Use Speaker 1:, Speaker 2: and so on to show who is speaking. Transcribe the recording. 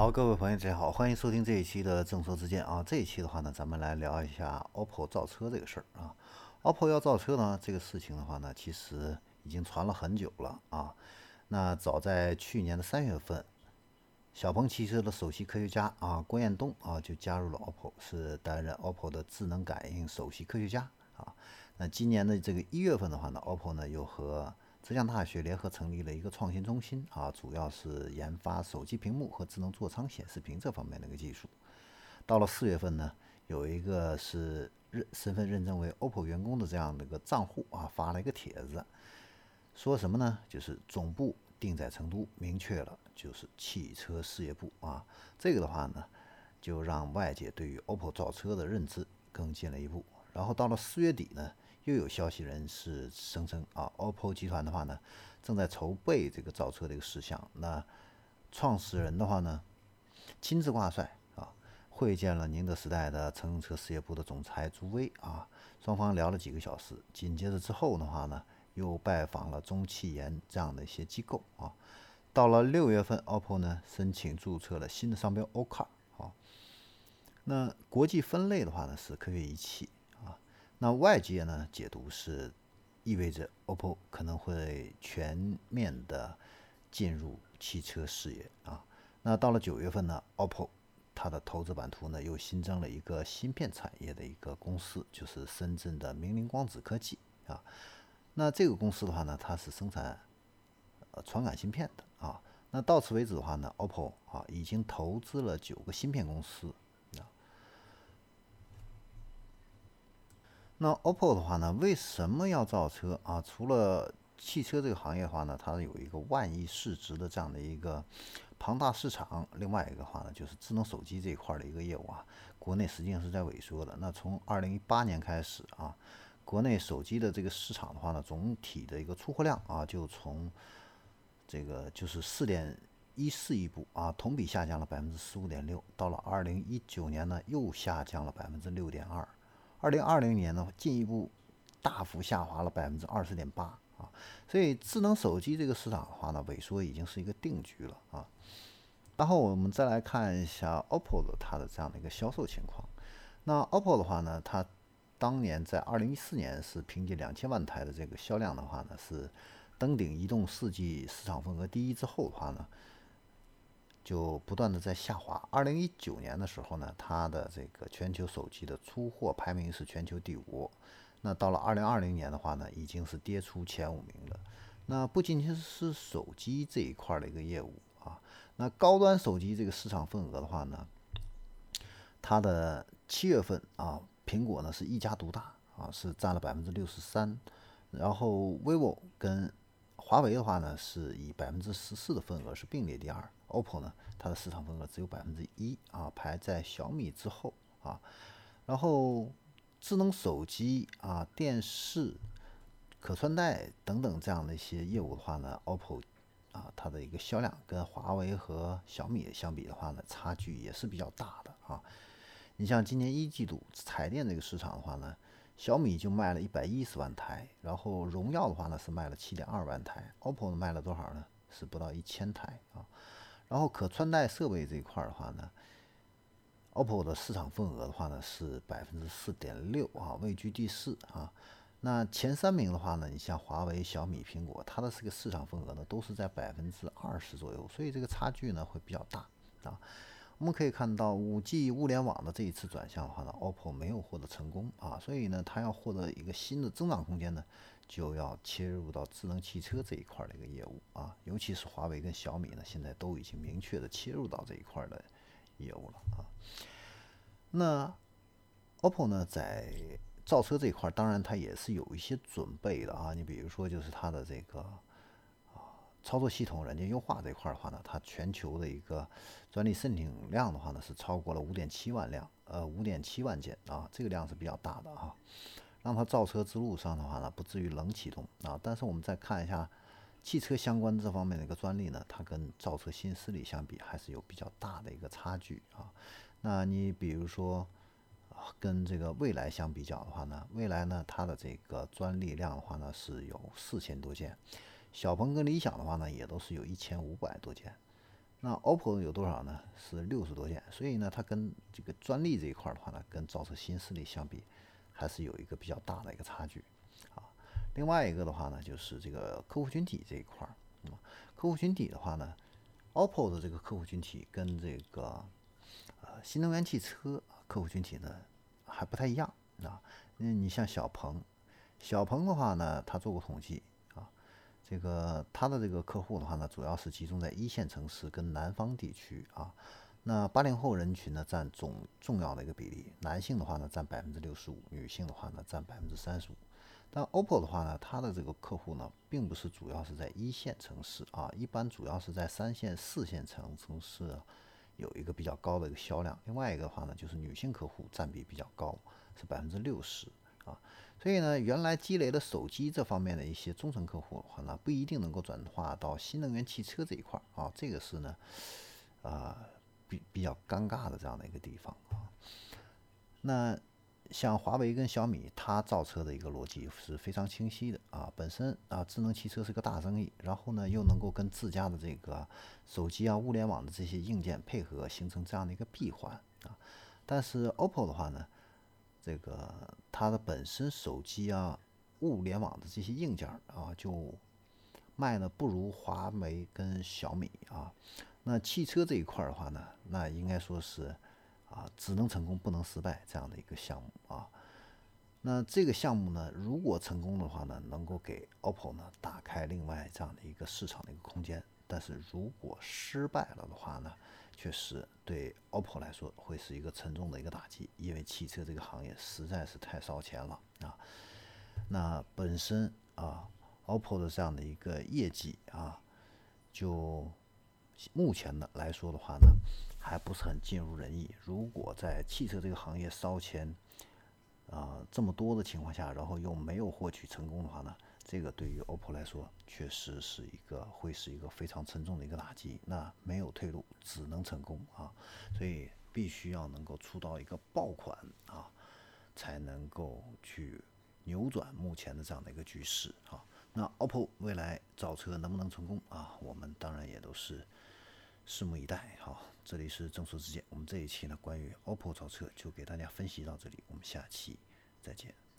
Speaker 1: 好，各位朋友，大家好，欢迎收听这一期的正说之见啊。这一期的话呢，咱们来聊一下 OPPO 造车这个事儿啊。OPPO 要造车呢，这个事情的话呢，其实已经传了很久了啊。那早在去年的3月份，小鹏汽车的首席科学家郭彦东就加入了 OPPO，是担任 OPPO 的智能感应首席科学家啊。那今年的这个1月份的话呢，OPPO 呢又和浙江大学联合成立了一个创新中心主要是研发手机屏幕和智能座舱显示屏这方面的一个技术。到了4月份呢，有一个是身份认证为 OPPO 员工的这样的一个账户发了一个帖子，说什么呢？就是总部定在成都，明确了就是汽车事业部啊。这个的话呢，就让外界对于 OPPO 造车的认知更进了一步。然后到了4月底呢，又有消息人士声称OPPO 集团的话呢，正在筹备这个造车的一个事项。那创始人的话呢，亲自挂帅会见了宁德时代的乘用车事业部的总裁朱威双方聊了几个小时。紧接着之后的话呢，又拜访了中汽研这样的一些机构到了6月份，OPPO 呢申请注册了新的商标 OCAR 那国际分类的话呢是科学仪器那外界呢解读是意味着 OPPO 可能会全面的进入汽车事业那到了9月份呢，OPPO 它的投资版图呢又新增了一个芯片产业的一个公司，就是深圳的明灵光子科技那这个公司的话呢，它是生产传感芯片的那到此为止的话呢，OPPO 已经投资了9个芯片公司那 OPPO 的话呢，为什么要造车除了汽车这个行业的话呢，它有一个万亿市值的这样的一个庞大市场，另外一个话呢，就是智能手机这一块的一个业务国内实际上是在萎缩的。那从2018年开始国内手机的这个市场的话呢，总体的一个出货量就从这个就是4.14亿部同比下降了15.6%，到了2019年呢，又下降了6.2%。2020年呢，进一步大幅下滑了20.8%所以智能手机这个市场的话呢，萎缩已经是一个定局了然后我们再来看一下 OPPO 的它的这样的一个销售情况。那 OPPO 的话呢，它当年在2014年是凭借2000万台的这个销量的话呢，是登顶移动4G市场份额第一之后的话呢，就不断的在下滑。2019年的时候呢，它的这个全球手机的出货排名是全球第5。那到了2020年的话呢，已经是跌出前5名了。那不仅仅是手机这一块的一个业务那高端手机这个市场份额的话呢，它的7月份苹果呢是一家独大是占了63%，然后 vivo 跟华为的话呢是以14%的份额是并列第二。OPPO 呢，它的市场份额只有1%排在小米之后然后智能手机电视、可穿戴等等这样的一些业务的话呢，OPPO 它的一个销量跟华为和小米相比的话呢，差距也是比较大的你像今年1季度彩电这个市场的话呢，小米就卖了110万台，然后荣耀的话呢是卖了7.2万台，OPPO 呢卖了多少呢？是不到1000台然后可穿戴设备这一块的话呢，OPPO 的市场份额的话呢是4.6%位居第4那前3名的话呢，你像华为、小米、苹果，它的这个市场份额呢都是在20%左右，所以这个差距呢会比较大我们可以看到5G 物联网的这一次转向的话呢，OPPO 没有获得成功所以呢，它要获得一个新的增长空间呢，就要切入到智能汽车这一块的一个业务尤其是华为跟小米呢，现在都已经明确的切入到这一块的业务了那 OPPO 呢，在造车这一块，当然它也是有一些准备的你比如说，就是它的这个操作系统软件优化这一块的话呢，它全球的一个专利申请量的话呢，是超过了5.7万件这个量是比较大的让它造车之路上的话呢，不至于冷启动但是我们再看一下汽车相关这方面的一个专利呢，它跟造车新势力相比，还是有比较大的一个差距那你比如说跟这个蔚来相比较的话呢，蔚来呢它的这个专利量的话呢是有4000多件，小鹏跟理想的话呢也都是有1500多件， 那 OPPO 有多少呢？是60多件，所以呢，它跟这个专利这一块的话呢，跟造车新势力相比，还是有一个比较大的一个差距啊。另外一个的话呢，就是这个客户群体这一块儿，客户群体的话呢，OPPO 的这个客户群体跟这个新能源汽车客户群体呢还不太一样啊。你像小鹏的话呢，他做过统计啊，这个他的这个客户的话呢，主要是集中在一线城市跟南方地区啊。那80后人群呢，占重要的一个比例，男性的话呢占65%，女性的话呢占35%。但 OPPO 的话呢，它的这个客户呢，并不是主要是在一线城市啊，一般主要是在3线、4线城市有一个比较高的一个销量。另外一个的话呢，就是女性客户占比比较高，是60%啊。所以呢，原来积累了手机这方面的一些忠诚客户的话呢，不一定能够转化到新能源汽车这一块啊，这个是呢，比较尴尬的这样的一个地方啊。那像华为跟小米，它造车的一个逻辑是非常清晰的啊。本身啊，智能汽车是个大生意，然后呢，又能够跟自家的这个手机啊、物联网的这些硬件配合，形成这样的一个闭环啊。但是 OPPO 的话呢，这个它的本身手机啊、物联网的这些硬件啊，就卖的不如华为跟小米啊。那汽车这一块的话呢，那应该说是只能成功不能失败这样的一个项目啊。那这个项目呢，如果成功的话呢，能够给 OPPO 呢打开另外这样的一个市场的一个空间。但是如果失败了的话呢，确实对 OPPO 来说会是一个沉重的一个打击，因为汽车这个行业实在是太烧钱了啊。那本身OPPO 的这样的一个业绩就目前的来说的话呢，还不是很尽如人意。如果在汽车这个行业烧钱这么多的情况下，然后又没有获取成功的话呢，这个对于 OPPO 来说确实会是一个非常沉重的一个打击。那没有退路，只能成功啊，所以必须要能够出到一个爆款才能够去扭转目前的这样的一个局势啊。那 OPPO 未来造车能不能成功我们当然也都是拭目以待。好，这里是正说之见，我们这一期呢关于 OPPO 造车就给大家分析到这里，我们下期再见。